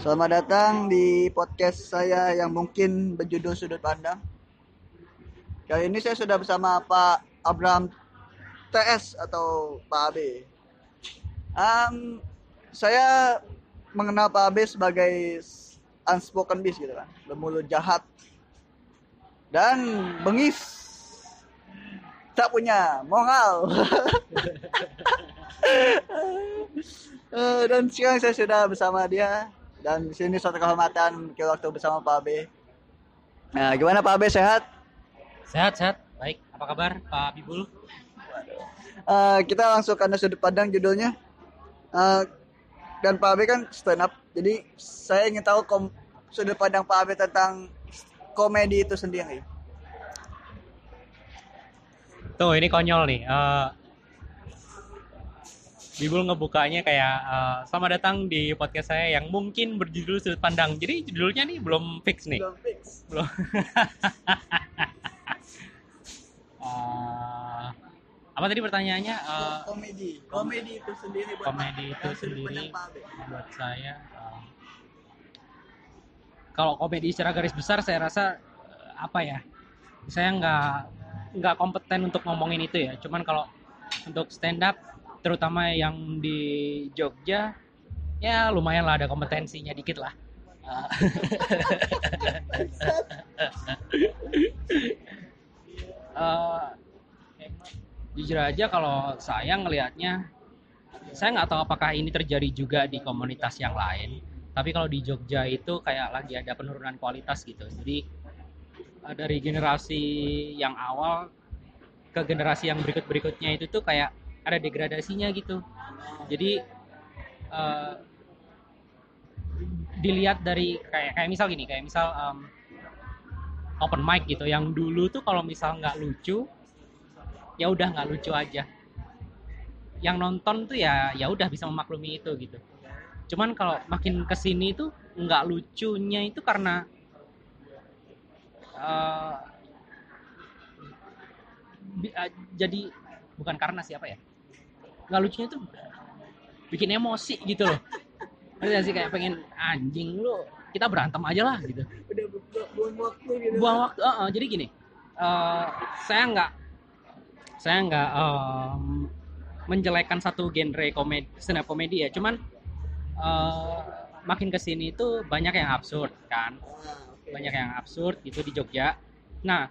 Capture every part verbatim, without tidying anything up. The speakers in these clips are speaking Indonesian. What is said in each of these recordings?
Selamat datang di podcast saya yang mungkin berjudul Sudut Pandang. Kali ini saya sudah bersama Pak Abraham T S atau Pak Abe. Um, saya mengenal Pak Abe sebagai unspoken beast gitu kan, bermulut jahat dan bengis, tak punya moral. Eh, dan sekarang saya sudah bersama dia dan di sini suatu kehormatan ke waktu bersama Pak Abe. Nah, gimana Pak Abe, sehat? Sehat, sehat. Baik. Apa kabar Pak Bibul? Eh, kita langsung karena sudut pandang judulnya. Eh, dan Pak Abe kan stand up. Jadi saya ingin tahu kom- sudut pandang Pak Abe tentang komedi itu sendiri. Tuh, ini konyol nih. Eh, Bibul ngebukanya kayak eh, selamat datang di podcast saya yang mungkin berjudul Sudut Pandang. Jadi judulnya nih belum fix nih. Belum fix. Belum. Eh, apa tadi pertanyaannya? Eh, komedi. Komedi itu sendiri buat komedi Pak- itu dan sudut sendiri pandang Pak Abe. buat saya. eh, kalau komedi secara garis besar saya rasa eh, apa ya? Saya nggak nggak kompeten untuk ngomongin itu ya. Cuman kalau untuk stand up, terutama yang di Jogja, ya lumayan lah ada kompetensinya dikit lah. Uh, uh, jujur aja kalau saya ngelihatnya, saya nggak tahu apakah ini terjadi juga di komunitas yang lain. Tapi kalau di Jogja itu kayak lagi ada penurunan kualitas gitu. Jadi uh, dari generasi yang awal ke generasi yang berikut-berikutnya itu tuh kayak ada degradasinya gitu. Jadi uh, dilihat dari kayak kayak misal gini, kayak misal um, open mic gitu, yang dulu tuh kalau misal nggak lucu, ya udah nggak lucu aja. Yang nonton tuh ya ya udah bisa memaklumi itu gitu. Cuman kalau makin kesini tuh nggak lucunya itu karena uh, bi- uh, jadi bukan karena siapa ya? Nggak lucunya tuh bikin emosi gitu loh. Ngerti gak sih, kayak pengen anjing lu, kita berantem aja lah gitu. Udah bu- bu- buang waktu gitu. Buang waktu. Uh, uh, jadi gini, uh, saya nggak saya nggak um, menjelekkan satu genre komedi, stand up komedi ya. Cuman uh, makin kesini itu banyak yang absurd kan, Ah, oke. banyak yang absurd gitu di Jogja. Nah,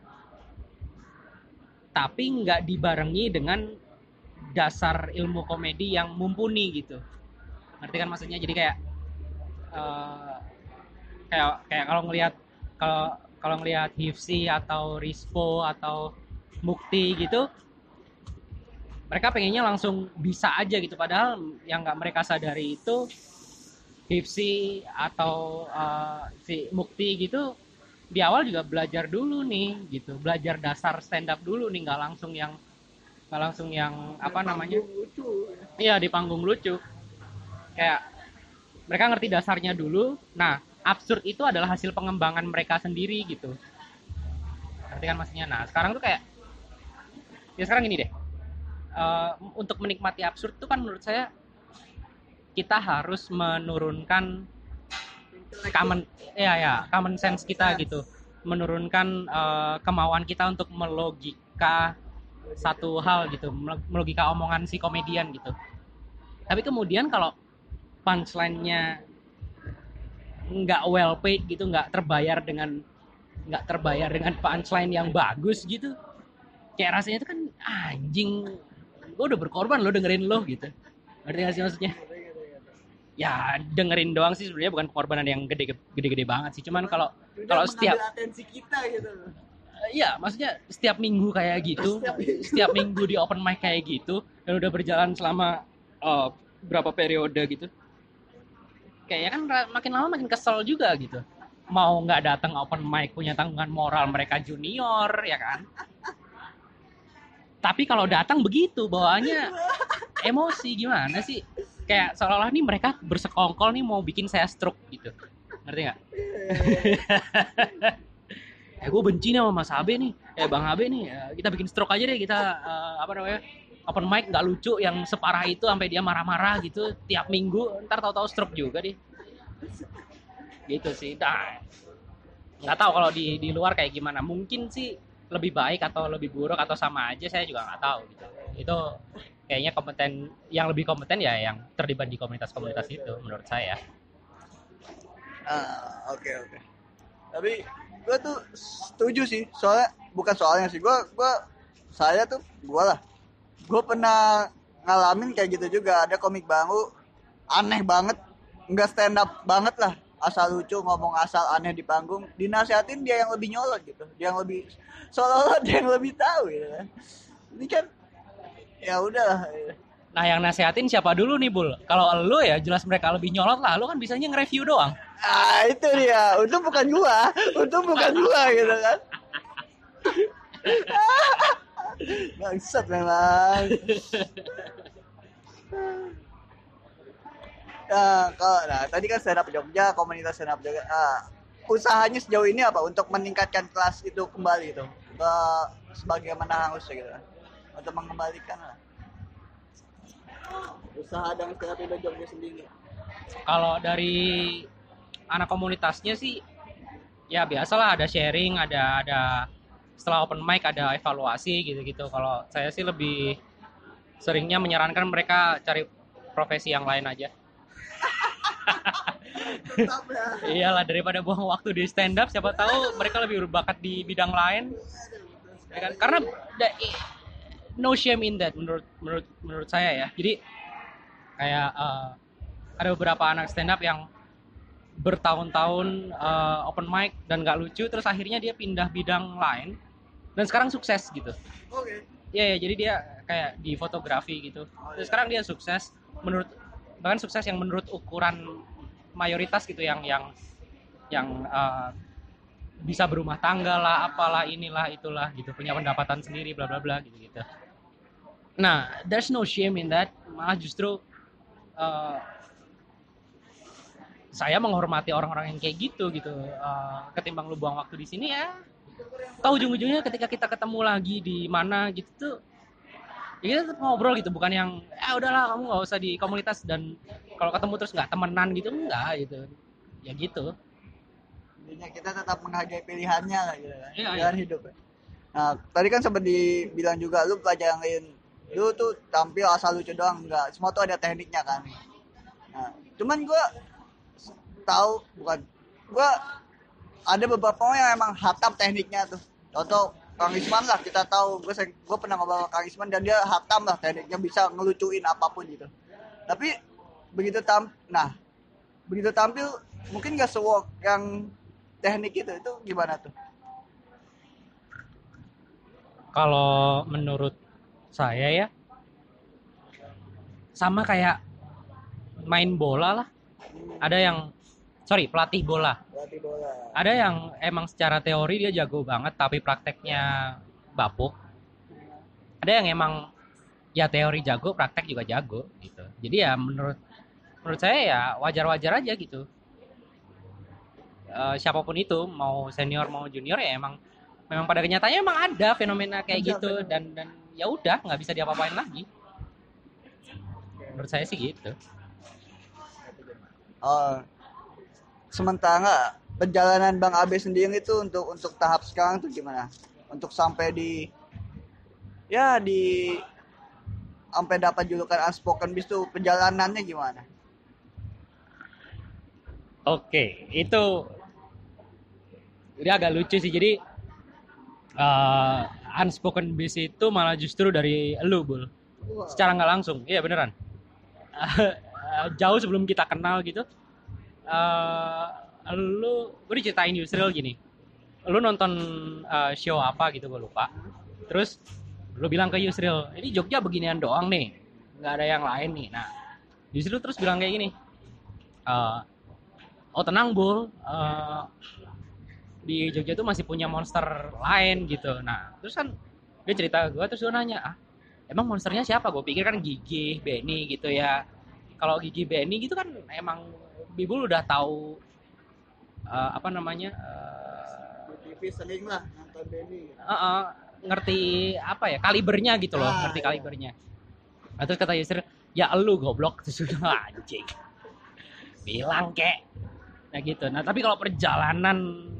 tapi nggak dibarengi dengan dasar ilmu komedi yang mumpuni gitu. Ngerti kan maksudnya? Jadi kayak uh, kayak kayak kalau ngelihat kalau kalau ngelihat Hifsi atau Rispo atau Mukti gitu, mereka pengennya langsung bisa aja gitu, padahal yang nggak mereka sadari itu Hifsi atau uh, si Mukti gitu di awal juga belajar dulu nih gitu, belajar dasar stand up dulu nih, nggak langsung yang nggak langsung yang apa namanya, Lucu. iya di panggung lucu. Kayak mereka ngerti dasarnya dulu. Nah, absurd itu adalah hasil pengembangan mereka sendiri gitu. Ngerti kan maksudnya? Nah, sekarang tuh kayak ya sekarang gini deh. Uh, untuk menikmati absurd tuh kan menurut saya kita harus menurunkan common ya ya common sense kita gitu. Menurunkan uh, kemauan kita untuk melogika satu hal gitu, melogika omongan si komedian gitu. Tapi kemudian kalau punchline-nya nggak well paid gitu, nggak terbayar dengan nggak terbayar dengan punchline yang bagus gitu, kayak rasanya itu kan anjing, gue udah berkorban lo dengerin lo gitu. Ngerti nggak sih maksudnya? Ya dengerin doang sih sebenarnya, bukan pengorbanan yang gede gede banget sih. Cuman kalau kalau setiap atensi kita gitu. iya, maksudnya setiap minggu kayak gitu, Setiap minggu. setiap minggu di open mic kayak gitu, dan udah berjalan selama uh, berapa periode gitu, kayaknya kan makin lama makin kesel juga gitu. Mau nggak datang open mic punya tanggungan moral, mereka junior ya kan. Tapi kalau datang begitu bawaannya emosi gimana sih? Kayak seolah-olah nih mereka bersekongkol nih mau bikin saya stroke gitu. Ngerti nggak? Eh gue benci nih sama Mas Abe nih, eh Bang Abe nih, eh, kita bikin stroke aja deh, kita uh, apa namanya, open mic nggak lucu yang separah itu sampai dia marah-marah gitu tiap minggu, ntar tahu-tahu stroke juga deh. Gitu sih. Nah, nggak tahu kalau di di luar kayak gimana. Mungkin sih lebih baik atau lebih buruk atau sama aja, saya juga nggak tahu gitu. Itu kayaknya kompeten, yang lebih kompeten ya yang terlibat di komunitas-komunitas itu menurut saya. Ah, oke oke. Tapi gue tuh setuju sih, soalnya bukan soalnya sih, gue gue saya tuh gue lah, gue pernah ngalamin kayak gitu juga. Ada komik baru aneh banget, nggak stand up banget lah, asal lucu, ngomong asal aneh di panggung, dinasihatin dia yang lebih nyolot gitu, dia yang lebih seolah-olah dia yang lebih tahu gitu kan. Ini kan ya udahlah. Nah, yang nasehatin siapa dulu nih, Bul? Kalau lu ya jelas mereka lebih nyolot lah, lu kan bisanya nge-review doang. Ah itu dia, untung bukan gua, untung bukan gua gitu kan. Bangsat memang. Nah, kalau nah tadi kan stand up Jogja, komunitas stand up Jogja. Ah, usahanya sejauh ini apa untuk meningkatkan kelas itu kembali itu ke sebagaimana harusnya gitu kan. Untuk mengembalikan lah. Usaha dan stand up Indo Jogja sendiri. Kalau dari anak komunitasnya sih ya biasalah, ada sharing, ada ada setelah open mic ada evaluasi gitu-gitu. Kalau saya sih lebih seringnya menyarankan mereka cari profesi yang lain aja. Iyalah, daripada buang waktu di stand up, siapa tahu mereka lebih berbakat di bidang lain. Ya kan? Karena no shame in that menurut menurut menurut saya ya. Jadi kayak uh, ada beberapa anak stand up yang bertahun-tahun uh, open mic dan gak lucu, terus akhirnya dia pindah bidang lain dan sekarang sukses gitu. Oke. Okay. Ya, ya, jadi dia kayak di fotografi gitu. Terus sekarang dia sukses menurut, bahkan sukses yang menurut ukuran mayoritas gitu, yang yang yang uh, bisa berumah tangga lah, apalah inilah itulah gitu, punya pendapatan sendiri, bla bla bla gitu gitu. Nah, there's no shame in that. Malah justru uh, saya menghormati orang-orang yang kayak gitu gitu. Uh, ketimbang lu buang waktu di sini ya. Tahu ujung-ujungnya ketika kita ketemu lagi di mana gitu tuh, ya kita tetap ngobrol gitu, bukan yang ya udahlah kamu nggak usah di komunitas dan kalau ketemu terus nggak temenan gitu, enggak gitu. Ya gitu. Intinya kita tetap menghargai pilihannya lah gitu kan. Iya, Pilihan iya. hidup. Ya. Nah, tadi kan sempat dibilang juga lu pelajarin, lu tuh tampil asal lucu doang, enggak. Semua tuh ada tekniknya kan. Nah, cuman gua tahu bukan gua ada beberapa orang yang emang hatam tekniknya tuh. Contoh Kang Isman lah, kita tahu, gue gue pernah ngobrol sama Kang Isman dan dia hatam lah tekniknya, bisa ngelucuin apapun gitu. Tapi begitu tam nah begitu tampil mungkin gak se-work yang teknik itu. Itu gimana tuh? Kalau menurut saya ya sama kayak main bola lah. Ada yang sorry pelatih bola. Pelatih bola. Ada yang emang secara teori dia jago banget tapi prakteknya bapuk. Ada yang emang ya teori jago, praktek juga jago gitu. Jadi ya menurut menurut saya ya wajar-wajar aja gitu. Uh, siapapun itu, mau senior mau junior, ya emang memang pada kenyataannya emang ada fenomena kayak gitu, dan dan ya udah nggak bisa diapa-apain lagi. Menurut saya sih gitu. Oh, sementara perjalanan Bang Abe sendiri itu untuk untuk tahap sekarang tuh gimana? Untuk sampai di ya di sampai dapat julukan Unspoken Beast tuh perjalanannya gimana? Oke, itu dia agak lucu sih. Jadi uh, Unspoken Beast itu malah justru dari elu, Bul. Wow. Secara nggak langsung, iya beneran. Jauh sebelum kita kenal gitu, uh, lu gue diceritain Yusril gini, lu nonton uh, show apa gitu gue lupa, terus lu bilang ke Yusril, ini Jogja beginian doang nih, nggak ada yang lain nih. Nah Yusril terus bilang kayak gini, uh, oh tenang Bul, uh, di Jogja tuh masih punya monster lain gitu. Nah terus kan dia cerita ke gue, terus gue nanya, ah emang monsternya siapa? Gue pikir kan Gigi, Benny gitu ya. Kalau Gigi, Benny gitu kan emang Bibul udah tahu uh, apa namanya uh, T V sering lah nonton Benny. Uh, uh, ngerti apa ya kalibernya gitu loh, ah, ngerti iya. Kalibernya. Nah, terus kata Yusril, ya elu goblok, terus udah anjing. Bilang kek Nah gitu. Nah tapi kalau perjalanan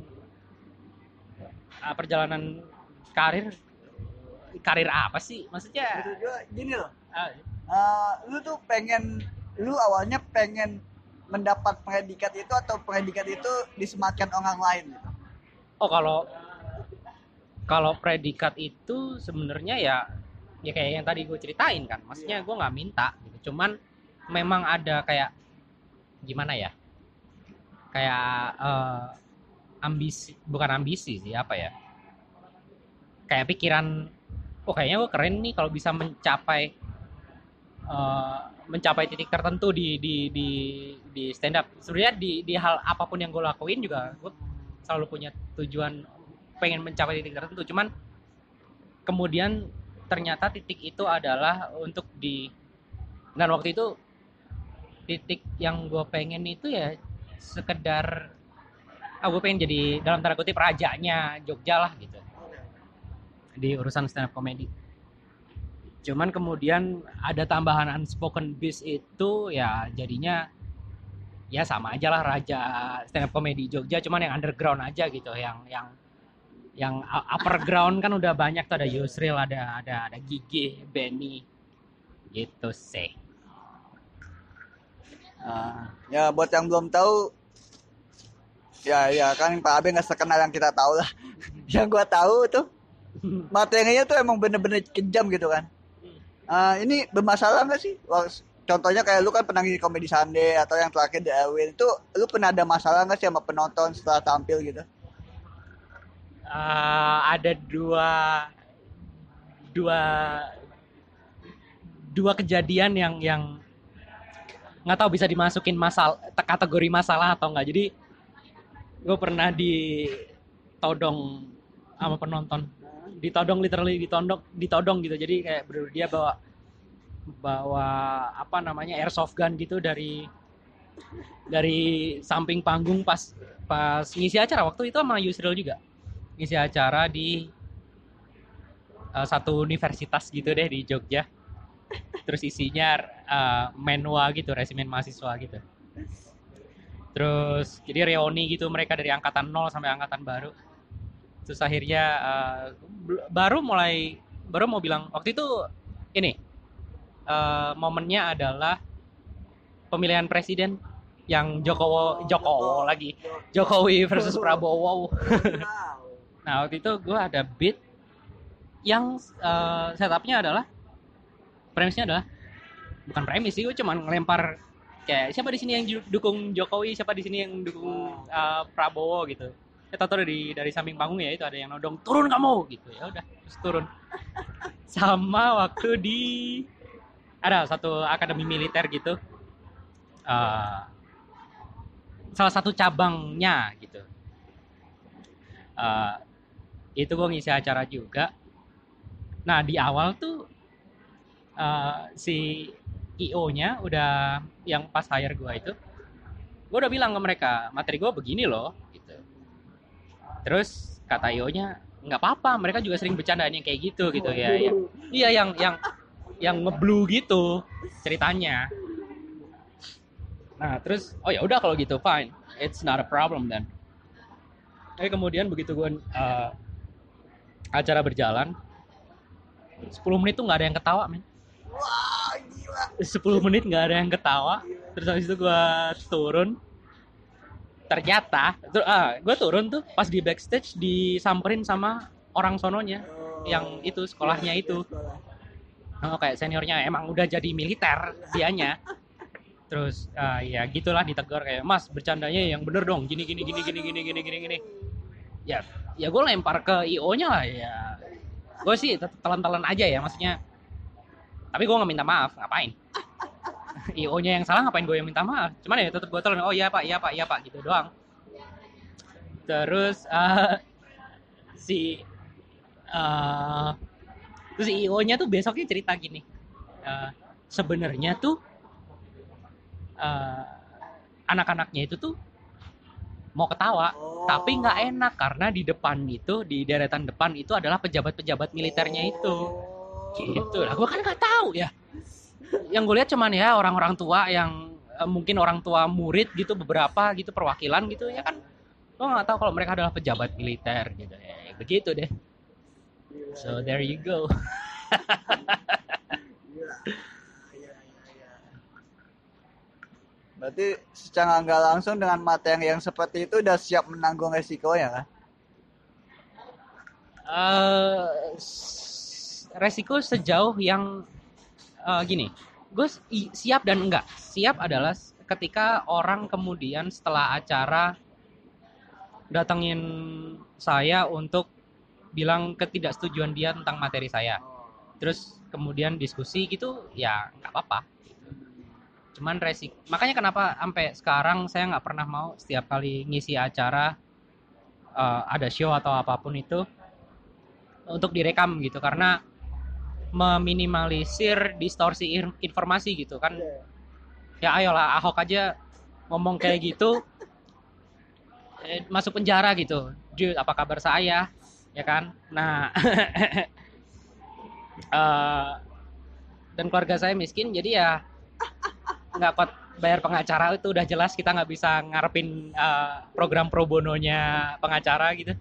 uh, perjalanan karir karir apa sih maksudnya? Gitu juga gini loh. Uh, Eh, lu tuh pengen lu awalnya pengen mendapat predikat itu atau predikat itu disematkan orang lain gitu. oh kalau kalau predikat itu sebenarnya ya ya kayak yang tadi gue ceritain kan, maksudnya gue nggak minta gitu, cuman memang ada kayak gimana ya, kayak eh, ambisi, bukan ambisi sih, apa ya, kayak pikiran, oh kayaknya gue keren nih kalau bisa mencapai eh, mencapai titik tertentu di di di di stand up. Sebenarnya di di hal apapun yang gue lakuin juga gue selalu punya tujuan pengen mencapai titik tertentu, cuman kemudian ternyata titik itu adalah untuk di, dan waktu itu titik yang gue pengen itu ya sekedar, ah gue pengen jadi dalam tanda kutip rajanya Jogja lah gitu di urusan stand up comedy. Cuman kemudian ada tambahan unspoken beast itu ya jadinya ya sama aja lah raja stand up comedy Jogja, cuman yang underground aja gitu, yang yang yang upper ground kan udah banyak tuh, ada Yusril, ada ada ada Gigi, Benny gitu sih. Nah, ya buat yang belum tahu, ya ya kan Pak Abe nggak terkenal yang kita tahu lah. Yang gua tahu tuh materinya tuh emang bener-bener kejam gitu kan. Uh, ini bermasalah nggak sih? Contohnya kayak lu kan pernah di Comedy Sunday atau yang terakhir di Erwin itu, lu pernah ada masalah nggak sih sama penonton setelah tampil gitu? Uh, ada dua dua dua kejadian yang yang nggak tahu bisa dimasukin masalah kategori masalah atau enggak. Jadi gue pernah ditodong sama penonton, ditodong literally ditodong ditodong gitu. Jadi kayak bener dia bawa bawa apa namanya airsoft gun gitu dari dari samping panggung pas pas ngisi acara waktu itu sama Yusril juga ngisi acara di uh, satu universitas gitu deh di Jogja. Terus isinya uh, menwa gitu, resimen mahasiswa gitu. Terus jadi reuni gitu, mereka dari angkatan nol sampai angkatan baru. Terus akhirnya uh, baru mulai baru mau bilang waktu itu ini uh, momennya adalah pemilihan presiden yang Jokowi Jokowi lagi Jokowi versus Prabowo. Nah waktu itu gue ada beat yang uh, setupnya adalah, premisnya adalah bukan premis sih, gue cuma ngelempar kayak siapa di sini yang dukung Jokowi, siapa di sini yang dukung uh, Prabowo gitu. Ya tahu dari dari samping panggung ya itu ada yang nodong turun kamu gitu, ya udah terus turun. Sama waktu di ada satu akademi militer gitu, uh, salah satu cabangnya gitu. Uh, itu gue ngisi acara juga. Nah di awal tuh uh, si I O-nya udah yang pas hire gue itu, gue udah bilang ke mereka materi gue begini loh gitu. Terus kata I O-nya nggak apa-apa, mereka juga sering bercandaan yang kayak gitu gitu ya, ya. Iya yang yang yang ngeblu gitu ceritanya. Nah terus oh ya udah kalau gitu fine, it's not a problem then. Tapi kemudian begitu gue uh, acara berjalan sepuluh menit tuh nggak ada yang ketawa men. Wah gila. sepuluh menit nggak ada yang ketawa. Terus habis itu gue turun, ternyata ter, ah, gue turun tuh pas di backstage disamperin sama orang sononya, oh, yang itu sekolahnya itu, oh, kayak seniornya emang udah jadi militer dianya. Terus uh, ya gitulah ditegur kayak mas bercandanya yang bener dong, gini gini gini gini gini gini gini gini. Ya ya gue lempar ke I O-nya lah ya. Gue sih telan-telan aja ya maksudnya. Tapi gue nggak minta maaf, ngapain? I O-nya yang salah, ngapain gue yang minta maaf? Cuman ya tetap gue telan, oh iya pak, iya pak, iya pak gitu doang. Terus uh, si uh, terus I O-nya tuh besoknya cerita gini, uh, sebenarnya tuh uh, anak-anaknya itu tuh mau ketawa, oh, tapi nggak enak karena di depan itu, di deretan depan itu adalah pejabat-pejabat militernya itu. Gitu lah, gue kan nggak tahu ya. Yang gue lihat cuman ya orang-orang tua yang uh, mungkin orang tua murid gitu, beberapa gitu perwakilan gitu ya kan, lo nggak tahu kalau mereka adalah pejabat militer gitu ya, begitu deh. So there you go. Berarti secara nggak langsung dengan materi yang seperti itu udah siap menanggung resikonya kan? Uh, resiko sejauh yang uh, gini, gue siap dan enggak. Siap adalah ketika orang kemudian setelah acara datengin saya untuk bilang ketidaksetujuan dia tentang materi saya, terus kemudian diskusi gitu, ya nggak apa-apa. Cuman resik, makanya kenapa sampai sekarang saya nggak pernah mau setiap kali ngisi acara uh, ada show atau apapun itu untuk direkam gitu, karena meminimalisir distorsi informasi gitu kan. Ya ayolah, Ahok aja ngomong kayak gitu eh, masuk penjara gitu, dude apa kabar saya ya kan. Nah uh, dan keluarga saya miskin, jadi ya nggak kuat bayar pengacara, itu udah jelas kita nggak bisa ngarepin uh, program pro bononya pengacara gitu.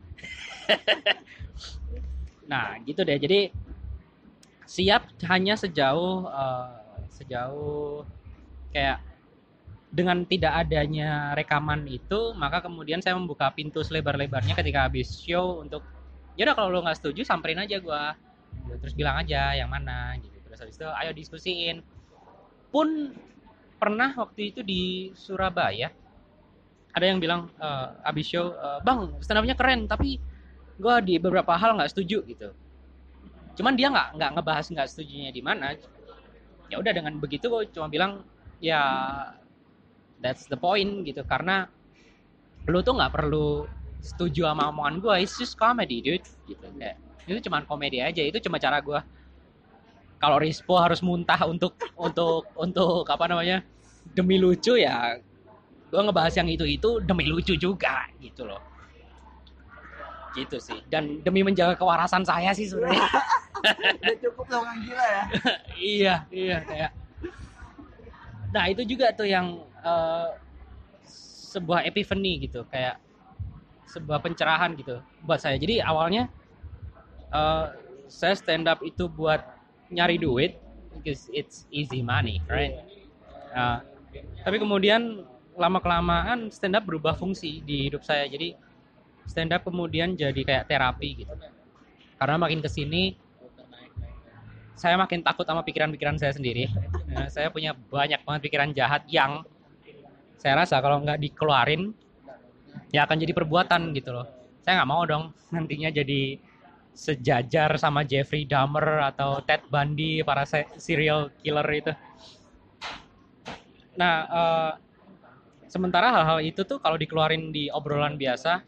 Nah gitu deh, jadi siap hanya sejauh uh, sejauh kayak dengan tidak adanya rekaman itu, maka kemudian saya membuka pintu selebar-lebarnya ketika habis show untuk ya udah kalau lo nggak setuju samperin aja gue, terus bilang aja yang mana gitu, terus habis itu ayo diskusiin. Pun pernah waktu itu di Surabaya ada yang bilang uh, abis show, uh, bang stand up-nya keren tapi gue di beberapa hal nggak setuju gitu. Cuman dia nggak nggak ngebahas nggak setujunya di mana. Ya udah dengan begitu gue cuma bilang ya that's the point gitu, karena lu tuh nggak perlu setuju sama omongan gue, it's just comedy dude gitu. Kayak itu cuma komedi aja, itu cuma cara gue. Kalau Rispo harus muntah untuk untuk untuk apa namanya demi lucu, ya gue ngebahas yang itu itu demi lucu juga gitu loh, gitu sih. Dan demi menjaga kewarasan saya sih sebenarnya. Udah cukup lah orang gila ya. Iya iya kayak. Nah itu juga tuh yang uh, sebuah epiphany gitu, kayak sebuah pencerahan gitu buat saya. Jadi awalnya uh, saya stand up itu buat nyari duit because it's easy money, right? Uh, tapi kemudian lama kelamaan stand up berubah fungsi di hidup saya. Jadi stand up kemudian jadi kayak terapi gitu. Karena makin kesini saya makin takut sama pikiran-pikiran saya sendiri. Nah, saya punya banyak banget pikiran jahat yang saya rasa kalau nggak dikeluarin ya akan jadi perbuatan gitu loh. Saya nggak mau dong nantinya jadi sejajar sama Jeffrey Dahmer atau Ted Bundy, para serial killer itu. Nah, uh, sementara hal-hal itu tuh kalau dikeluarin di obrolan biasa,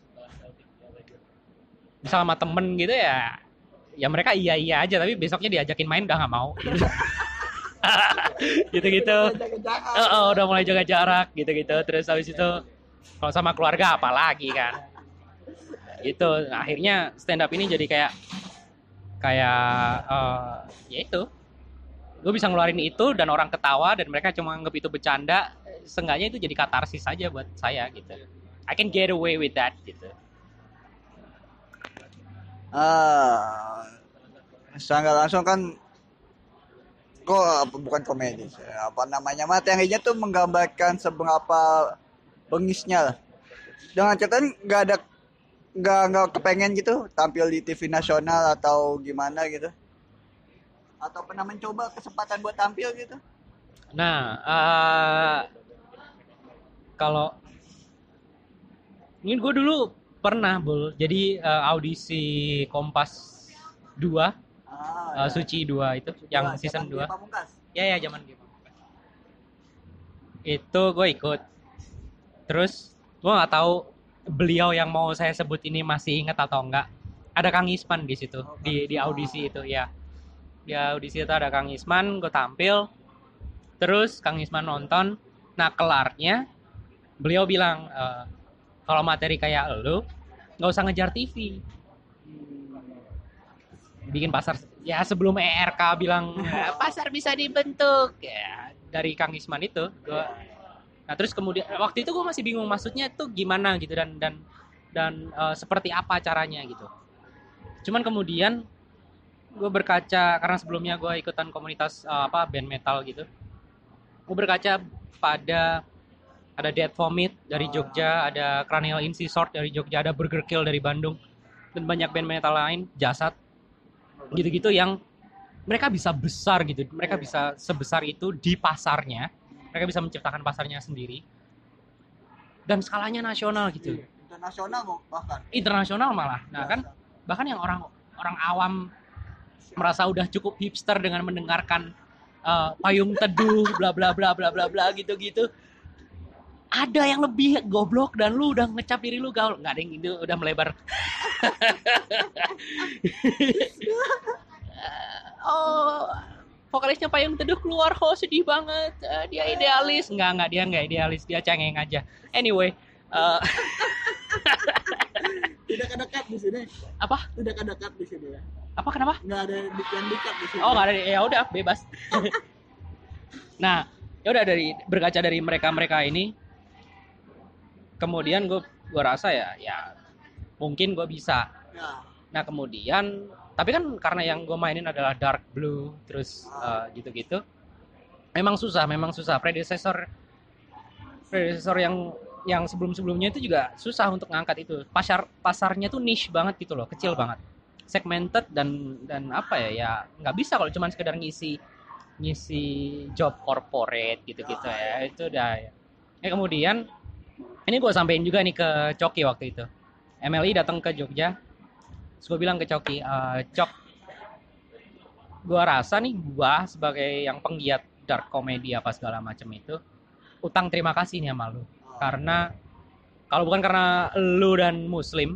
misal sama temen gitu ya, ya mereka iya-iya aja, tapi besoknya diajakin main udah nggak mau. Gitu. gitu-gitu. Oh, oh, udah mulai jaga jarak, gitu-gitu. Terus habis itu kalau sama keluarga apalagi kan. Itu akhirnya stand up ini jadi kayak kayak uh, ya itu gue bisa ngeluarin itu dan orang ketawa dan mereka cuma anggap itu bercanda, seenggaknya itu jadi katarsis aja buat saya gitu. I can get away with that gitu. Ah, secara langsung kan kok bukan komedi, apa namanya, materinya tuh menggambarkan seberapa bengisnya lah. Dengan catatan nggak ada nggak nggak kepengen gitu tampil di T V nasional atau gimana gitu, atau pernah mencoba kesempatan buat tampil gitu? Nah uh, kalau ini gue dulu pernah bul jadi uh, audisi Kompas dua, ah, uh, ya. Suci dua itu Suci yang dua, season dua ya ya zaman G Pamungkas itu gue ikut. Terus gue nggak tahu beliau yang mau saya sebut ini masih ingat atau enggak. Ada Kang Isman di situ, oh, di di audisi itu ya. Di audisi itu ada Kang Isman, gue tampil. Terus Kang Isman nonton. Nah kelarnya beliau bilang, e, kalau materi kayak lu nggak usah ngejar T V, bikin pasar. Ya sebelum E R K bilang pasar bisa dibentuk ya, dari Kang Isman itu gue Nah terus kemudian waktu itu gue masih bingung maksudnya itu gimana gitu dan dan dan uh, seperti apa caranya gitu. Cuman kemudian gue berkaca karena sebelumnya gue ikutan komunitas uh, apa band metal gitu. Gue berkaca pada ada Dead Vomit dari Jogja, ada Cranial Incisor dari Jogja, ada Burger Kill dari Bandung, dan banyak band metal lain, Jasad, gitu-gitu yang mereka bisa besar gitu, mereka bisa sebesar itu di pasarnya, mereka bisa menciptakan pasarnya sendiri, dan skalanya nasional gitu. Internasional bahkan. Internasional malah, nah kan bahkan yang orang orang awam merasa udah cukup hipster dengan mendengarkan uh, Payung Teduh, bla bla bla bla bla bla gitu-gitu. Ada yang lebih goblok dan lu udah ngecap diri lu gaul. Nggak ada yang itu udah melebar. Oh, vokalisnya Payung Teduh keluar, oh sedih banget. Uh, dia idealis. Nggak, nggak, dia nggak idealis. Dia cengeng aja. Anyway. Uh... Tidak ada cut di sini. Apa? Tidak ada cut di sini ya. Apa kenapa? Nggak ada yang di-cut di sini. Oh, nggak ada. Ya udah, bebas. Nah, ya udah dari berkaca dari mereka-mereka ini, kemudian gue gue rasa ya ya mungkin gue bisa. Ya. Nah kemudian tapi kan karena yang gue mainin adalah dark blue terus uh, gitu-gitu, memang susah memang susah predecessor predecessor yang yang sebelum-sebelumnya itu juga susah untuk ngangkat itu. Pasar pasarnya tuh niche banget gitu loh, kecil banget, segmented dan dan apa ya ya nggak bisa kalau cuma sekedar ngisi ngisi job corporate gitu-gitu ya, itu udah ya. Ya kemudian ini gue sampein juga nih ke Coki waktu itu. M L I datang ke Jogja. Terus gue bilang ke Coki, e, Cok, gue rasa nih gue sebagai yang penggiat dark comedy apa segala macam itu, utang terima kasih nih sama lu. Karena kalau bukan karena lu dan Muslim,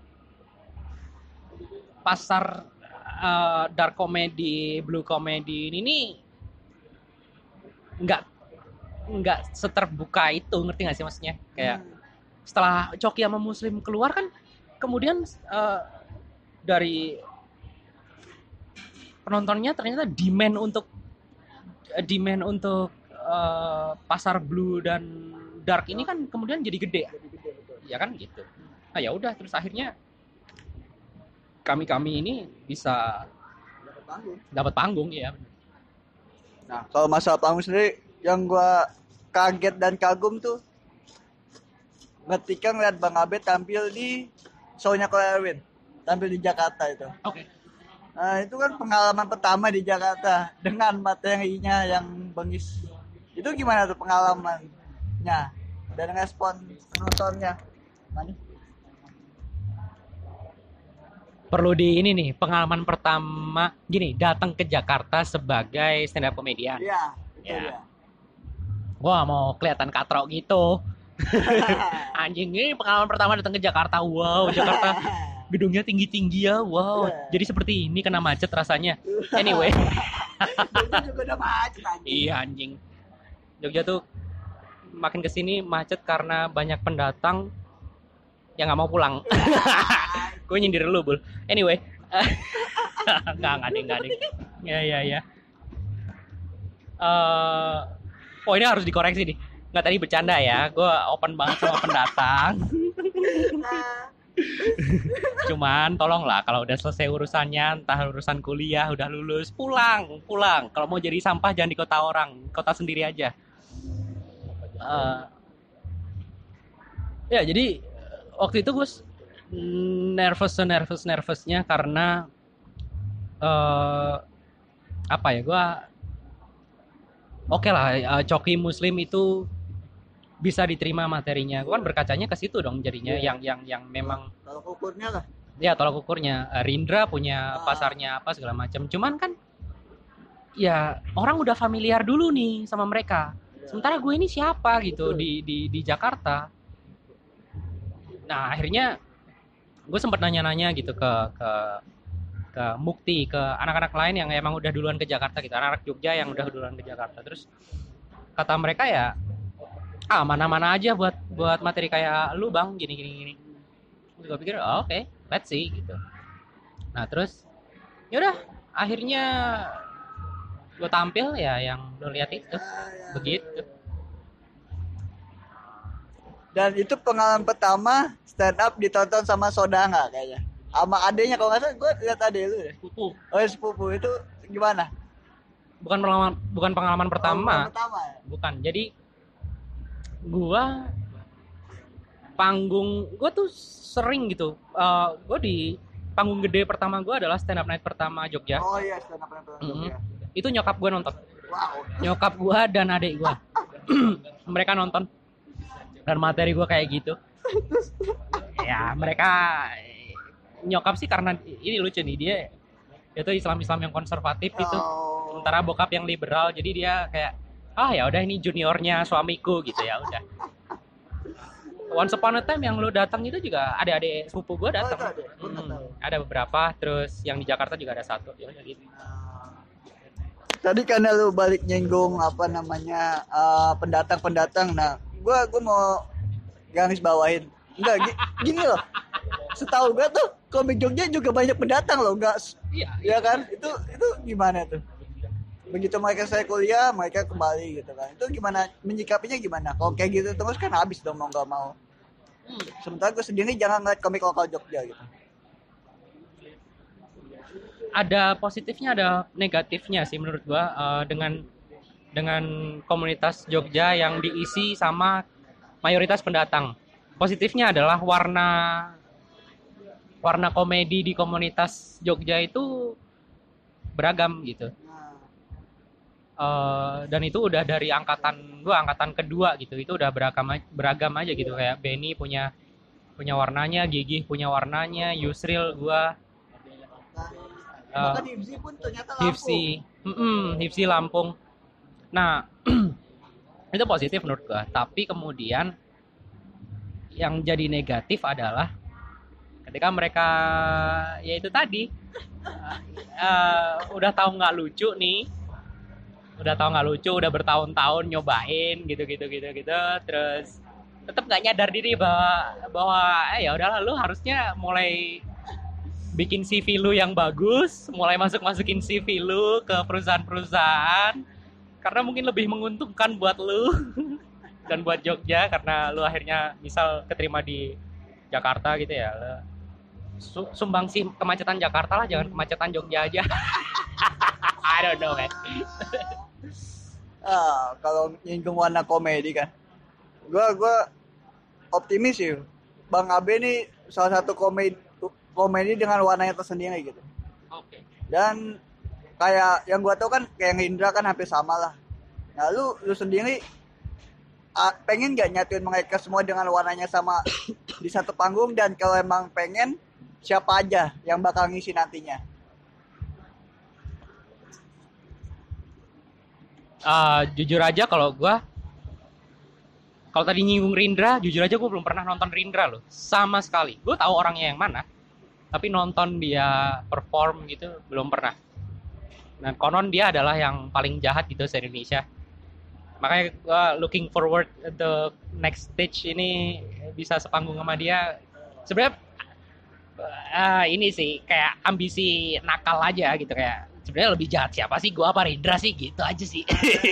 pasar uh, dark comedy, blue comedy ini nih nggak nggak seterbuka itu, ngerti nggak sih maksudnya? Kayak setelah Coki sama Muslim keluar kan, kemudian uh, dari penontonnya ternyata demand untuk demand untuk uh, pasar blue dan dark ini kan kemudian jadi gede, ya kan gitu. Nah ya udah terus akhirnya kami kami ini bisa dapat panggung. Dapat panggung ya. Nah kalau masalah panggung sendiri, yang gua kaget dan kagum tuh ketika ngeliat Bang Abed tampil di show-nya Ko Erwin, tampil di Jakarta itu. Oke. Okay. Nah itu kan pengalaman pertama di Jakarta dengan materinya yang bengis. Itu gimana tuh pengalamannya dan respon penontonnya? Mana? Perlu di ini nih, pengalaman pertama gini, datang ke Jakarta sebagai stand up comedian. Iya, itu ya. dia. Gua mau kelihatan katrok gitu. Anjing, ini pengalaman pertama datang ke Jakarta. Wow, Jakarta gedungnya tinggi-tinggi ya. Wow, jadi seperti ini kena macet rasanya. Anyway. Jogja juga udah macet anjing. Iya anjing. Jogja tuh makin kesini macet karena banyak pendatang yang nggak mau pulang. Gue nyindir lu, Bul. Anyway. Nggak, nggak deh, nggak deh. Ya, ya, ya. Uh, oh ini harus dikoreksi nih. Nggak, tadi bercanda ya. Gue open banget sama pendatang. Cuman tolonglah kalau udah selesai urusannya, entah urusan kuliah, udah lulus, pulang, pulang. Kalau mau jadi sampah jangan di kota orang, kota sendiri aja. Uh, ya jadi waktu itu gue nervous nervous nervousnya karena uh, apa ya, gue oke okay lah, uh, Coki Muslim itu bisa diterima materinya. Gue kan berkacanya ke situ dong jadinya, yeah. yang yang yang memang tolak ukurnya lah. Ya tolak ukurnya. Uh, Rindra punya ah. pasarnya apa segala macam. Cuman kan ya orang udah familiar dulu nih sama mereka. Yeah. Sementara gue ini siapa gitu di di di Jakarta. Nah akhirnya gue sempat nanya-nanya gitu ke ke ke Mukti, ke anak-anak lain yang emang udah duluan ke Jakarta gitu, anak-anak Jogja yang udah duluan ke Jakarta. Terus kata mereka ya, ah mana-mana aja buat buat materi kayak lu bang, gini gini gini. Terus gue pikir oh, oke, okay, let's see gitu. Nah terus yaudah akhirnya gue tampil ya yang lu lihat itu, begitu. Dan itu pengalaman pertama stand up ditonton sama saudara kayaknya. Sama adenya kalau nggak salah gue lihat ade lu deh. Sepupu. Oh ya, sepupu itu gimana? Bukan pengalaman bukan pengalaman Oh, pertama. pengalaman pertama ya? Bukan. Jadi gua panggung gua tuh sering gitu. Uh, gua di panggung gede pertama gua adalah stand up night pertama Jogja. Oh iya, stand up pertama Mm-hmm. Jogja. Itu nyokap gua nonton. Wow. Nyokap gua dan adik gua. Mereka nonton. Dan materi gua kayak gitu. Ya, mereka nyokap sih karena ini lucu nih, dia itu Islam-Islam yang konservatif gitu. Oh. Sementara bokap yang liberal, jadi dia kayak ah ya udah ini juniornya suamiku gitu ya udah. Once upon a time yang lu datang itu juga ada adik sepupu gua datang. Oh, itu ada? Gua nggak Hmm, tahu. ada beberapa, terus yang di Jakarta juga ada satu. Ya udah gitu. Tadi karena lu balik nyinggung apa namanya uh, pendatang-pendatang, nah gua gua mau garis bawahin. Enggak, gi- gini loh. Setahu gua tuh komik Jogja juga banyak pendatang loh, enggak? Iya, Ya kan? Itu itu gimana tuh? Begitu mereka saya kuliah, mereka kembali gitu kan. Itu gimana menyikapinya gimana? Kalau kayak gitu terus kan habis dong mau nggak mau. Hmm. Sementara gue sendiri jangan ngeliat komik lokal Jogja gitu. Ada positifnya, ada negatifnya sih menurut gua eh, dengan dengan komunitas Jogja yang diisi sama mayoritas pendatang. Positifnya adalah warna warna komedi di komunitas Jogja itu beragam gitu. Nah, Eh, dan itu udah dari angkatan gua, angkatan kedua gitu. Itu udah beragam beragam aja gitu, kayak Benny punya punya warnanya, Gigi punya warnanya, Yusril gua eh, bahkan Hifzi pun ternyata Lampung. Hifzi, mm Hifzi Lampung. Nah, itu positif menurut gua. Tapi kemudian yang jadi negatif adalah ketika mereka ya itu tadi eh, udah tahu nggak lucu nih, udah tahu nggak lucu, udah bertahun-tahun nyobain gitu-gitu gitu-gitu, terus tetap nggak nyadar diri bahwa bahwa eh ya udahlah, lu harusnya mulai bikin C V lu yang bagus, mulai masuk-masukin C V lu ke perusahaan-perusahaan karena mungkin lebih menguntungkan buat lu dan buat Jogja, karena lu akhirnya misal keterima di Jakarta gitu ya, lu su- sumbang sih kemacetan Jakarta lah, jangan kemacetan Jogja aja. I don't know man. Ah, kalau nyinggung warna komedi kan. Gua gua optimis sih. Bang Abe nih salah satu komedi komedi dengan warnanya tersendiri gitu. Oke. Dan kayak yang gua tahu kan kayak Indra kan hampir sama lah. Nah, lu lu sendiri ah, pengen nggak nyatuin mereka semua dengan warnanya sama di satu panggung, dan kalau emang pengen siapa aja yang bakal ngisi nantinya? Uh, jujur aja kalau gua kalau tadi nyinggung Rindra, jujur aja gue belum pernah nonton Rindra loh, sama sekali. Gue tahu orangnya yang mana, tapi nonton dia perform gitu belum pernah. Dan konon dia adalah yang paling jahat gitu se Indonesia. Makanya gue looking forward the next stage ini bisa sepanggung sama dia. Sebenarnya uh, ini sih kayak ambisi nakal aja gitu, kayak sebenarnya lebih jahat siapa sih, gue apa Rindra sih, gitu aja sih.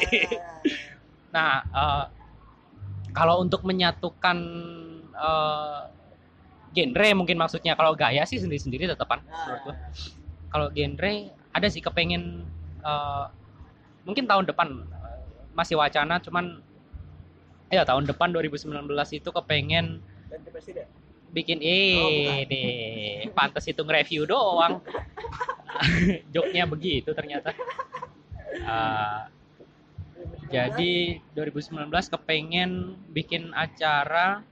Nah, uh, kalau untuk menyatukan uh, genre mungkin maksudnya, kalau gaya sih sendiri-sendiri tetepan menurut gue. Kalau genre ada sih kepengen uh, mungkin tahun depan uh, masih wacana, cuman ya tahun depan dua ribu sembilan belas itu kepengen Ganti presiden. bikin eh deh, pantas itu nge-review doang. Joknya begitu ternyata. Uh, jadi dua ribu sembilan belas kepengen bikin acara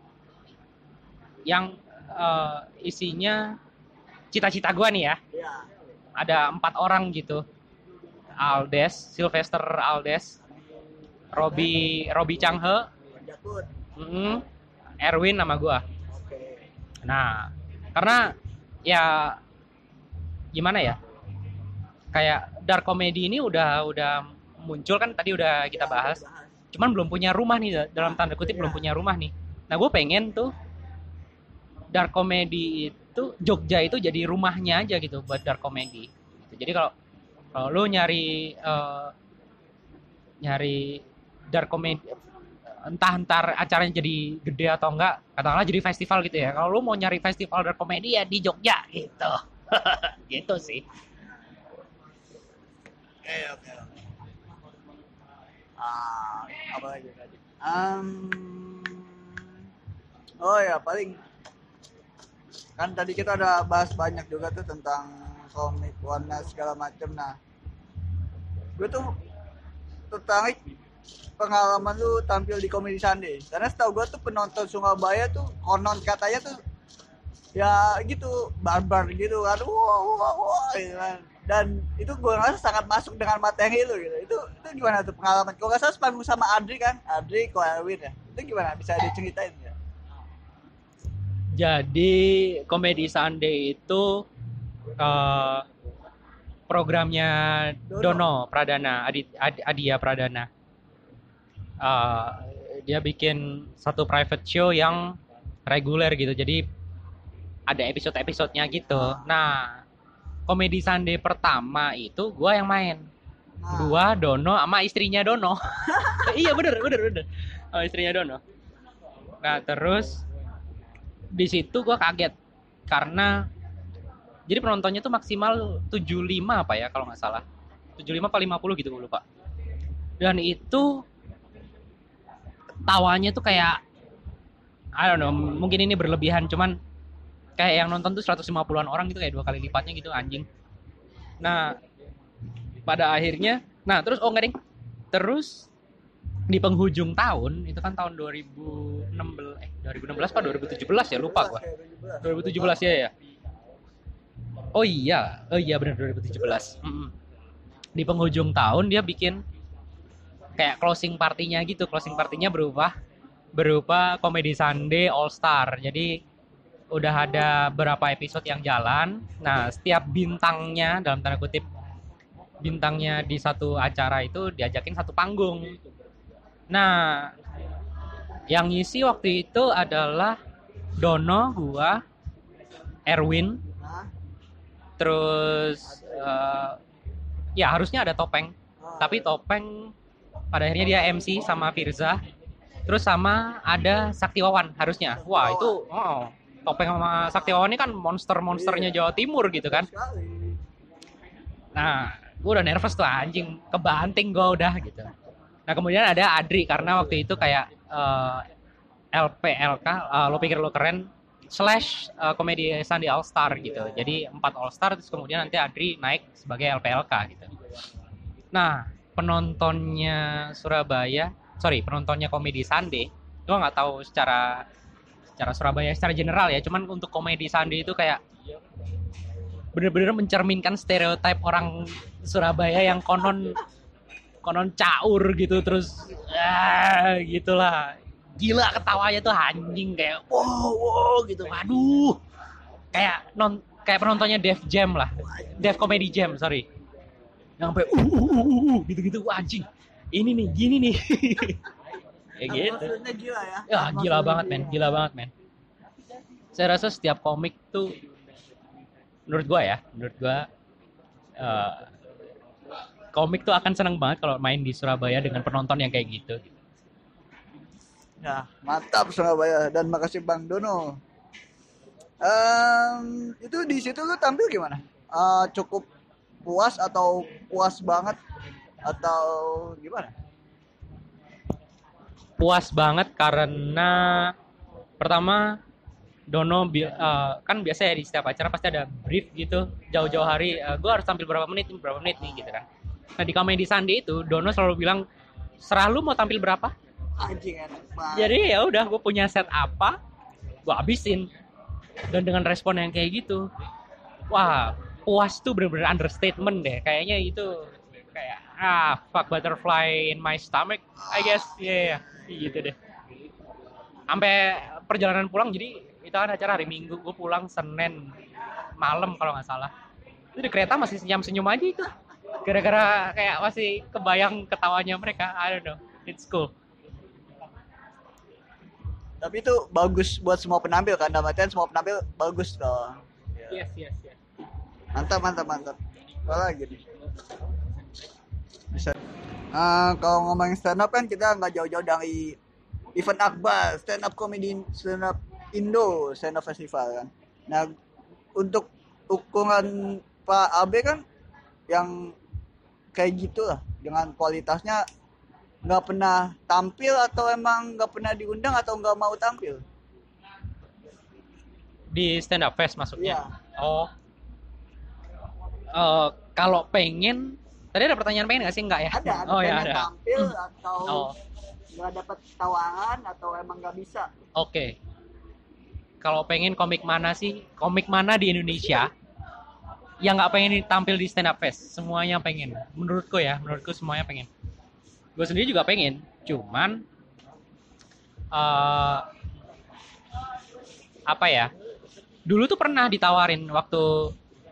yang uh, isinya cita-cita gua nih ya. Iya. Ada empat orang gitu. Aldes, Sylvester Aldes, Robi Robi Changhe, Jakut. mm, Erwin nama gua. Oke. Nah, karena ya gimana ya? Kayak dark comedy ini udah udah muncul kan, tadi udah kita bahas. Cuman belum punya rumah nih, dalam tanda kutip belum punya rumah nih. Nah, gue pengen tuh dark comedy itu Jogja itu jadi rumahnya aja gitu buat dark comedy. Jadi kalau kalau lu nyari uh, nyari dark comedy entah ntar acaranya jadi gede atau enggak, katakanlah jadi festival gitu ya. Kalau lu mau nyari festival dark comedy ya di Jogja gitu. Gitu sih. Oke, oke. Ah, apa lagi tadi? Um, oh ya paling kan tadi kita udah bahas banyak juga tuh tentang komik warna segala macam. Nah, gue tuh tertarik pengalaman lu tampil di Comedy Sunday. Karena setahu gue tuh penonton Surabaya tuh konon katanya tuh ya gitu barbar gitu kan. Wah, wah, wah, gitu kan. Dan itu gue rasa sangat masuk dengan materi lu gitu. Itu itu gimana tuh pengalaman? Kalau nggak salah sepanggung sama Adri kan, Adri Ko Erwin ya. Itu gimana? Bisa diceritain ya? Jadi Comedy Sunday itu uh, programnya Dono. Dono Pradana, Adi, Adi, Adia Pradana. Uh, dia bikin satu private show yang reguler gitu. Jadi ada episode-episodenya gitu. Nah, Comedy Sunday pertama itu gua yang main. Nah, Gua, Dono, sama istrinya Dono. Iya bener, bener, bener. Sama istrinya Dono. Nah, terus di situ gue kaget karena jadi penontonnya tuh maksimal tujuh puluh lima apa ya kalau nggak salah, tujuh puluh lima apa lima puluh gitu gue lupa. Dan itu tawanya tuh kayak I don't know, mungkin ini berlebihan, cuman kayak yang nonton tuh seratus lima puluhan orang gitu, kayak dua kali lipatnya gitu, anjing. Nah pada akhirnya, nah terus oh nggak ding, terus di penghujung tahun itu kan tahun dua ribu enam belas eh dua ribu enam belas apa dua ribu tujuh belas ya, lupa gua. dua ribu tujuh belas ya ya. Oh iya, oh iya benar dua ribu tujuh belas. Mm-mm. Di penghujung tahun dia bikin kayak closing partinya gitu. Closing partinya berubah berupa Comedy Sunday All Star. Jadi udah ada berapa episode yang jalan. Nah, setiap bintangnya dalam tanda kutip bintangnya di satu acara itu diajakin satu panggung. Nah, yang ngisi waktu itu adalah Dono, gua, Erwin, nah, terus uh, ya harusnya ada Topeng, tapi Topeng pada akhirnya dia M C sama Firza, terus sama ada Saktiwawan harusnya. Wah itu, oh, Topeng sama Saktiwawan ini kan monster-monsternya Jawa Timur gitu kan. Nah, gue udah nervous tuh anjing, kebanting gue udah gitu. Nah kemudian ada Adri karena waktu itu kayak uh, L P L K, uh, lo pikir lo keren slash uh, Comedy Sunday All Star gitu. Jadi empat All Star terus kemudian nanti Adri naik sebagai L P L K gitu. Nah penontonnya Surabaya, sorry penontonnya Comedy Sunday, gue nggak tahu secara secara Surabaya secara general ya. Cuman untuk Comedy Sunday itu kayak bener-bener mencerminkan stereotip orang Surabaya yang konon konon caur gitu, terus ah gitulah, gila ketawanya tuh anjing, kayak wow wow gitu, aduh kayak non kayak penontonnya Def Jam lah, Def Comedy Jam sorry, yang sampai uh uh uh uh, uh gitu gitu, wah anjing ini nih gini nih kayak gitu. Gila ya. Ya gila banget men, gila banget men. Saya rasa setiap komik tuh menurut gua ya, menurut gua uh, komik tuh akan seneng banget kalau main di Surabaya dengan penonton yang kayak gitu. Ya, mantap Surabaya, dan makasih Bang Dono. Um, itu di situ lu tampil gimana? Uh, cukup puas atau puas banget atau gimana? Puas banget karena pertama Dono uh, kan biasa ya di setiap acara pasti ada brief gitu jauh-jauh hari, uh, gue harus tampil berapa menit berapa menit nih gitu kan. Nah di Comedy Sunday itu Dono selalu bilang serah lu mau tampil berapa. Anjing enak banget. Jadi ya udah gue punya set apa gue habisin, dan dengan respon yang kayak gitu, wah puas tuh bener-bener understatement deh kayaknya. Itu kayak ah fuck butterfly in my stomach I guess ya yeah, yeah, gitu deh. Sampai perjalanan pulang, jadi itu kan acara hari Minggu, gue pulang Senin malam kalau nggak salah. Itu di kereta masih senyum-senyum aja itu, gara-gara kayak masih kebayang ketawanya mereka. I don't know, it's cool. Tapi itu bagus buat semua penampil kan, dalam artian semua penampil bagus toh. Yes yes yes. Mantap mantap mantap. Apa lagi nih? Bisa. Uh, kalau ngomongin stand up kan kita nggak jauh-jauh dari event akbar stand up comedy stand up Indo stand up festival kan. Nah untuk ukuran Pak Abe kan yang kayak gitulah dengan kualitasnya nggak pernah tampil atau emang nggak pernah diundang atau nggak mau tampil Di stand up fest maksudnya. iya Oh, eh, kalau pengen, tadi ada pertanyaan pengen nggak sih? Enggak ya? ada ada Oh ya pengen ada. tampil atau Oh, nggak dapat tawaran atau emang nggak bisa oke. Kalau pengen komik mana sih? Komik mana di Indonesia yang nggak pengen tampil di stand up fest? Semuanya pengen. Menurutku ya, menurutku semuanya pengen. Gue sendiri juga pengen. Cuman eh, apa ya? Dulu tuh pernah ditawarin waktu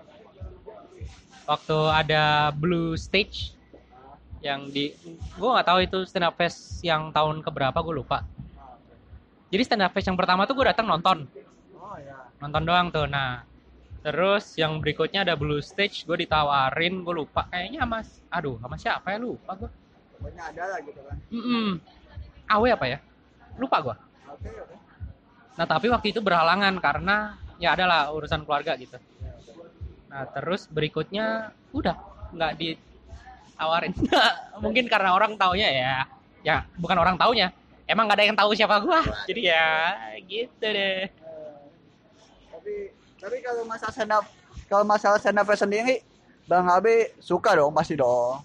waktu ada Blue Stage yang di gue nggak tahu itu stand up fest yang tahun keberapa, gue lupa. Jadi stand up fest yang pertama tuh gue datang nonton oh ya nonton doang tuh. Nah terus yang berikutnya ada Blue Stage, gue ditawarin, gue lupa kayaknya mas aduh sama siapa ya, lupa gue. pokoknya ada lah gitu kan Mm-mm. Awe apa ya, lupa gue. oke oke Nah tapi waktu itu berhalangan karena ya adalah urusan keluarga gitu. Nah terus berikutnya udah nggak ditawarin. Mungkin karena orang taunya ya ya bukan orang taunya, emang nggak ada yang tahu siapa gua, jadi ya gitu deh. Eh, tapi tapi kalau masalah stand up kalau masalah stand up sendiri Bang Abe suka dong pasti dong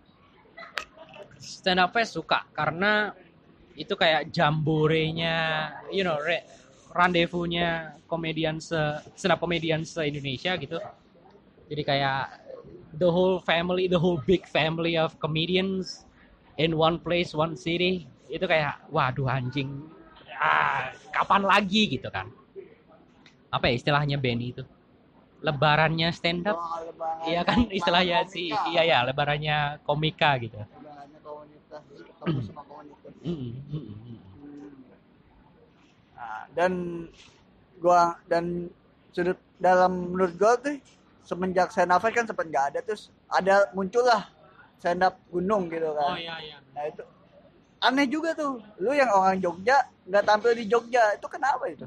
Stand up fest suka karena itu kayak jamborenya, you know, re- rendezvous-nya komedian se stand up komedian se Indonesia gitu. Jadi kayak the whole family, the whole big family of comedians in one place, one city. Itu kayak waduh anjing. Ah, kapan lagi gitu kan. Apa ya istilahnya Benny itu? Lebarannya stand up. Oh, lebaran- Iya kan istilahnya lebaran sih. komika. Iya ya, lebarannya komika gitu. Lebarannya komunitas ketemu sama komunitas Mm, mm, mm, mm. Hmm. Nah, dan gua dan sudut dalam menurut gua tuh semenjak stand up kan sempat nggak ada terus ada muncullah stand up gunung gitu kan. Oh iya iya. Nah itu aneh juga tuh. Lu yang orang Jogja nggak tampil di Jogja itu kenapa itu?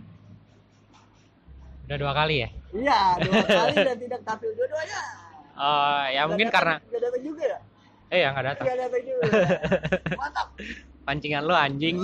Udah dua kali ya? Iya dua kali dan tidak tampil dua-duanya. Oh ya mungkin Nggak karena datang- nggak datang juga ya? eh ya nggak datang. Nggak datang juga. Mantap. Pancingan lu anjing.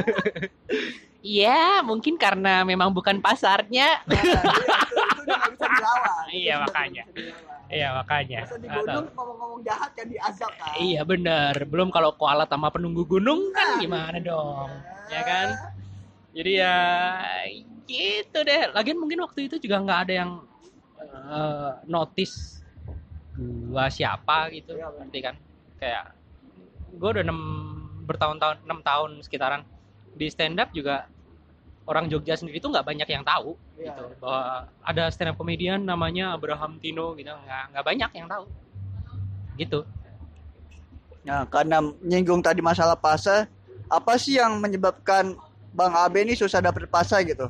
Iya mungkin karena memang bukan pasarnya. Nah, itu, itu, itu udah nggak bisa dilawan. Itu Iya, sudah makanya. nggak bisa dilawan. Iya makanya. Masa di Nggak tahu. gunung ngomong-ngomong jahat kan diazab kan? Iya bener. Belum kalau kualat sama penunggu gunung kan Nah. gimana dong? Ya kan? Jadi ya gitu deh. Lagian mungkin waktu itu juga nggak ada yang eh, notice gua siapa gitu. Iya, Ngerti kan? Kayak gua udah enam bertahun-tahun enam tahun sekitaran di stand up juga. Orang Jogja sendiri tuh nggak banyak yang tahu Iya. gitu bahwa ada stand up comedian namanya Abraham Tino gitu, nggak nggak banyak yang tahu gitu. Nah, karena nyinggung tadi masalah pasa, apa sih yang menyebabkan Bang Abe ini susah dapet pasa gitu?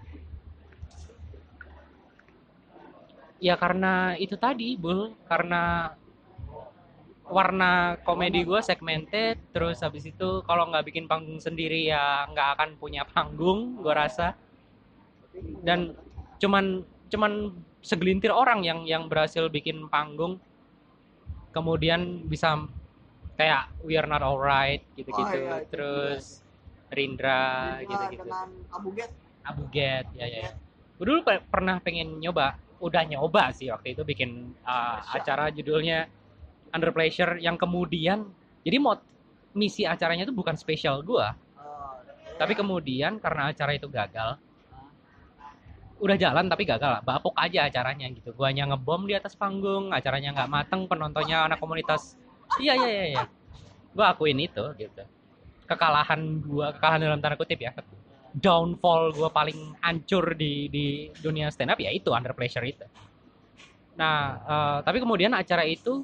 Ya karena itu tadi Bul, karena warna komedi gue segmented, terus habis itu kalau nggak bikin panggung sendiri ya nggak akan punya panggung gue rasa. Dan cuman cuman segelintir orang yang yang berhasil bikin panggung kemudian bisa kayak We Are Not Alright gitu-gitu. Oh, iya, itu Terus Rindra Dengan- gitu-gitu. Dengan Abu Get. Abu Get ya ya. Gue dulu pe- pernah pengen nyoba, udah nyoba sih waktu itu bikin uh, acara judulnya Under Pressure yang kemudian jadi mod misi acaranya itu bukan spesial gue, Oh, tapi kemudian karena acara itu gagal, udah jalan tapi gagal, bapuk aja acaranya gitu. Guanya ngebom di atas panggung, acaranya nggak mateng, penontonnya anak komunitas. Iya iya iya. iya. Gue akuin itu gitu. Kekalahan gue, kekalahan dalam tanda kutip ya. Downfall gue paling hancur di di dunia stand up ya itu Under Pressure itu. Nah, eh, tapi kemudian acara itu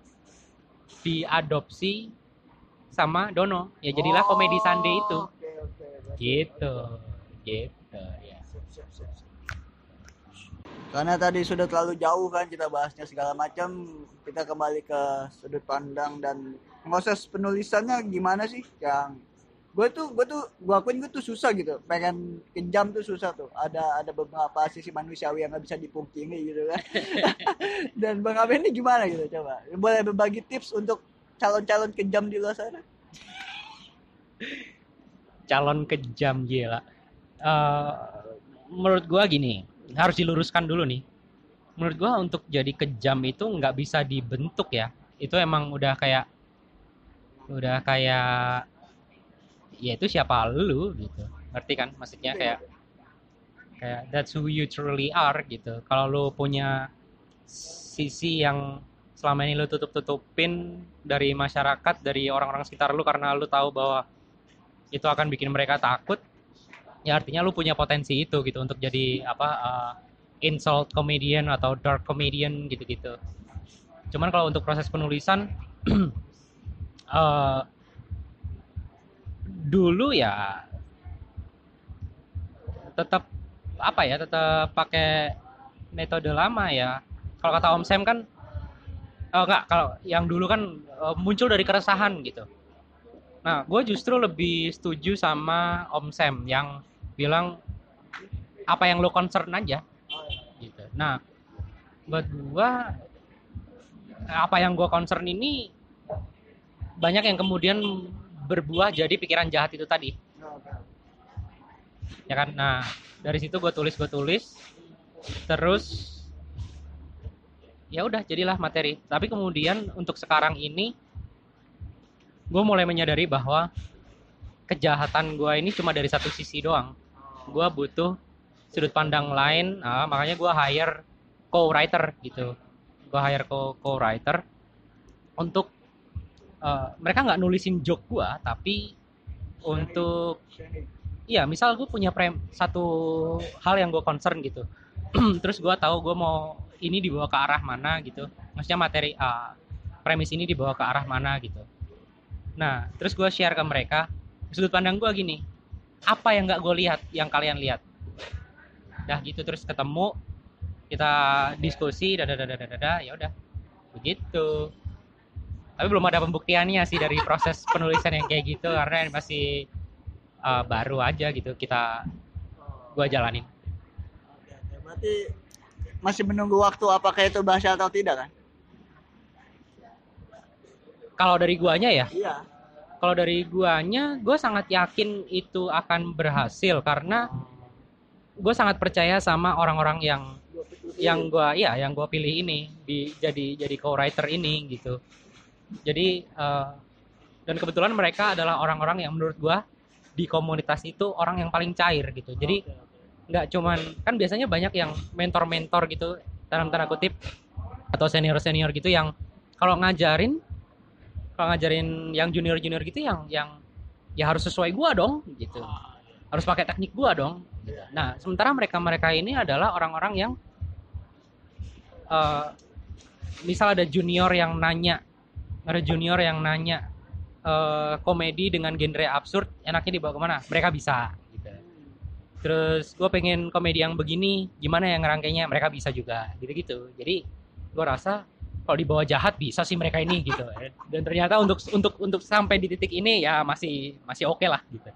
diadopsi sama Dono. Ya jadilah Comedy Sunday itu. Oke, oke. Berarti- Gitu. Gitu ya. Sip, sip, sip, sip. Karena tadi sudah terlalu jauh kan kita bahasnya segala macam, kita kembali ke sudut pandang dan proses penulisannya gimana sih yang gue tuh gue tuh gue akuin gue tuh susah gitu, pengen kejam tuh susah tuh, ada ada beberapa sisi manusiawi yang nggak bisa dipungkiri gitu kan. Dan Bang Abe ini gimana gitu, coba boleh berbagi tips untuk calon-calon kejam di luar sana. Calon kejam, gila. Uh, menurut gua gini, harus diluruskan dulu nih. Menurut gua untuk jadi kejam itu nggak bisa dibentuk ya. Itu emang udah kayak udah kayak ya itu siapa lu gitu. Ngerti kan maksudnya, kayak kayak that's who you truly are gitu. Kalau lu punya sisi yang selama ini lu tutup-tutupin dari masyarakat, dari orang-orang sekitar lu karena lu tahu bahwa itu akan bikin mereka takut, ya artinya lu punya potensi itu gitu untuk jadi apa uh, insult comedian atau dark comedian gitu-gitu. Cuman kalau untuk proses penulisan uh, dulu ya tetap apa ya, tetap pakai metode lama ya. Kalau kata Om Sam kan oh enggak, kalau yang dulu kan uh, muncul dari keresahan gitu. Nah, gue justru lebih setuju sama Om Sam yang bilang apa yang lo concern aja, gitu. Nah, buat gue apa yang gue concern ini banyak yang kemudian berbuah jadi pikiran jahat itu tadi, ya kan? Nah, dari situ gue tulis gue tulis, terus ya udah jadilah materi. Tapi kemudian untuk sekarang ini gue mulai menyadari bahwa kejahatan gue ini cuma dari satu sisi doang. Gue butuh sudut pandang lain, nah, makanya gue hire co-writer gitu. Gue hire co-writer untuk uh, mereka nggak nulisin joke gue, tapi untuk iya, misal gue punya frame satu hal yang gue concern gitu. Terus gue tahu gue mau ini dibawa ke arah mana gitu. Maksudnya materi uh, premis ini dibawa ke arah mana gitu. Nah, terus gue share ke mereka, sudut pandang gue gini, apa yang gak gue lihat, yang kalian lihat. Dah gitu, terus ketemu, kita diskusi, dadadadadada, ya udah, begitu. Tapi belum ada pembuktiannya sih dari proses penulisan yang kayak gitu, karena masih uh, baru aja gitu, kita, gue jalanin. Berarti masih menunggu waktu apakah itu bahasa atau tidak kan? Kalau dari guanya ya? Iya. Kalau dari guanya, gue sangat yakin itu akan berhasil karena gue sangat percaya sama orang-orang yang yang gue ya yang gue pilih ini di jadi jadi co-writer ini gitu. Jadi uh, dan kebetulan mereka adalah orang-orang yang menurut gue di komunitas itu orang yang paling cair gitu. Jadi nggak cuman kan biasanya banyak yang mentor-mentor gitu dalam tanda kutip atau senior-senior gitu yang kalau ngajarin kalau ngajarin yang junior-junior gitu yang yang ya harus sesuai gua dong gitu. Harus pakai teknik gua dong. Nah, sementara mereka-mereka ini adalah orang-orang yang uh, misal ada junior yang nanya, ada junior yang nanya uh, komedi dengan genre absurd, enaknya dibawa kemana? Mereka bisa gitu. Terus gua pengen komedi yang begini, gimana yang ngerangkainya? Mereka bisa juga gitu-gitu. Jadi gua rasa kalau dibawa jahat bisa sih mereka ini gitu. Dan ternyata untuk untuk untuk sampai di titik ini ya masih masih oke okay lah gitu.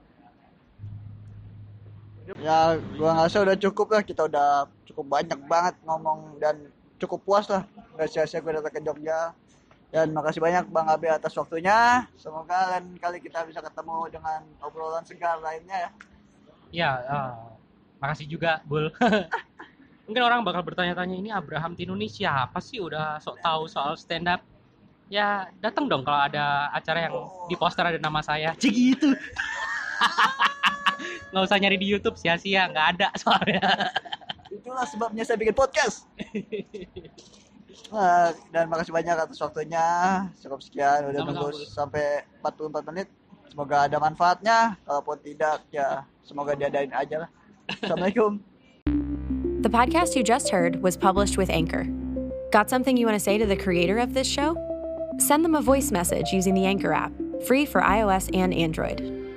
Ya gua ngerasa udah cukup lah, kita udah cukup banyak banget ngomong dan cukup puas lah gak sia-sia gue datang ke Jogja. Dan makasih banyak Bang Abe atas waktunya. Semoga lain kali kita bisa ketemu dengan obrolan segar lainnya ya. Ya, uh, makasih juga Bul. Mungkin orang bakal bertanya-tanya, ini Abraham Tinuni siapa sih, udah sok tahu soal stand up. Ya datang dong kalau ada acara yang di poster ada nama saya. Cik gitu. Nggak usah nyari di YouTube, sia-sia, nggak ada soalnya. Itulah sebabnya saya bikin podcast. Nah, dan makasih banyak atas waktunya. Cukup sekian, udah nunggu sampai empat puluh empat menit. Semoga ada manfaatnya. Kalaupun tidak, ya semoga diadain aja lah. Assalamualaikum. The podcast you just heard was published with Anchor. Got something you want to say to the creator of this show? Send them a voice message using the Anchor app, free for iOS and Android.